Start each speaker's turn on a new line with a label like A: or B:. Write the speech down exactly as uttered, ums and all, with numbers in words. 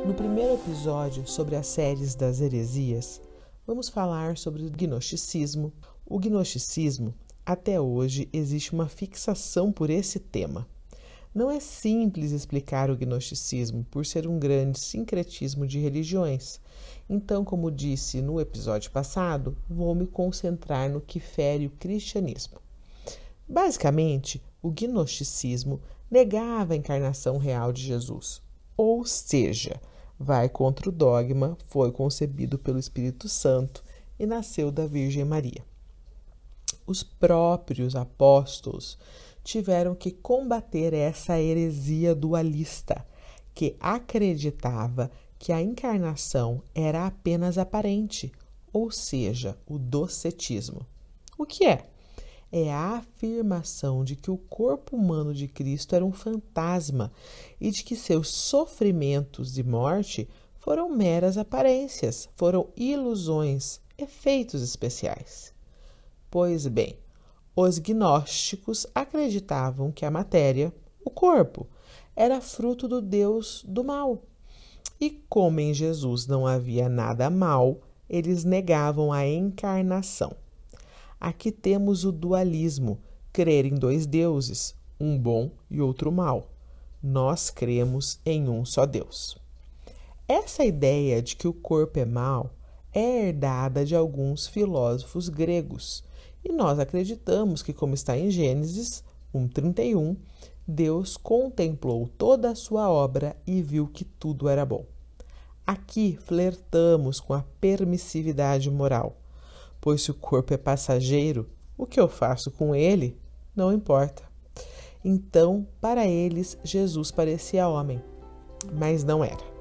A: No primeiro episódio sobre as séries das heresias, vamos falar sobre o gnosticismo. O gnosticismo, até hoje, existe uma fixação por esse tema. Não é simples explicar o gnosticismo por ser um grande sincretismo de religiões. Então, como disse no episódio passado, vou me concentrar no que fere o cristianismo. Basicamente, o gnosticismo negava a encarnação real de Jesus, ou seja, vai contra o dogma, foi concebido pelo Espírito Santo e nasceu da Virgem Maria. Os próprios apóstolos tiveram que combater essa heresia dualista, que acreditava que a encarnação era apenas aparente, ou seja, o docetismo. O que é? É a afirmação de que o corpo humano de Cristo era um fantasma e de que seus sofrimentos e morte foram meras aparências, foram ilusões, efeitos especiais. Pois bem, os gnósticos acreditavam que a matéria, o corpo, era fruto do Deus do mal. E como em Jesus não havia nada mal, eles negavam a encarnação. Aqui temos o dualismo, crer em dois deuses, um bom e outro mau. Nós cremos em um só Deus. Essa ideia de que o corpo é mau é herdada de alguns filósofos gregos. E nós acreditamos que, como está em Gênesis um, trinta e um, Deus contemplou toda a sua obra e viu que tudo era bom. Aqui flertamos com a permissividade moral. Pois se o corpo é passageiro, o que eu faço com ele não importa. Então, para eles, Jesus parecia homem, mas não era.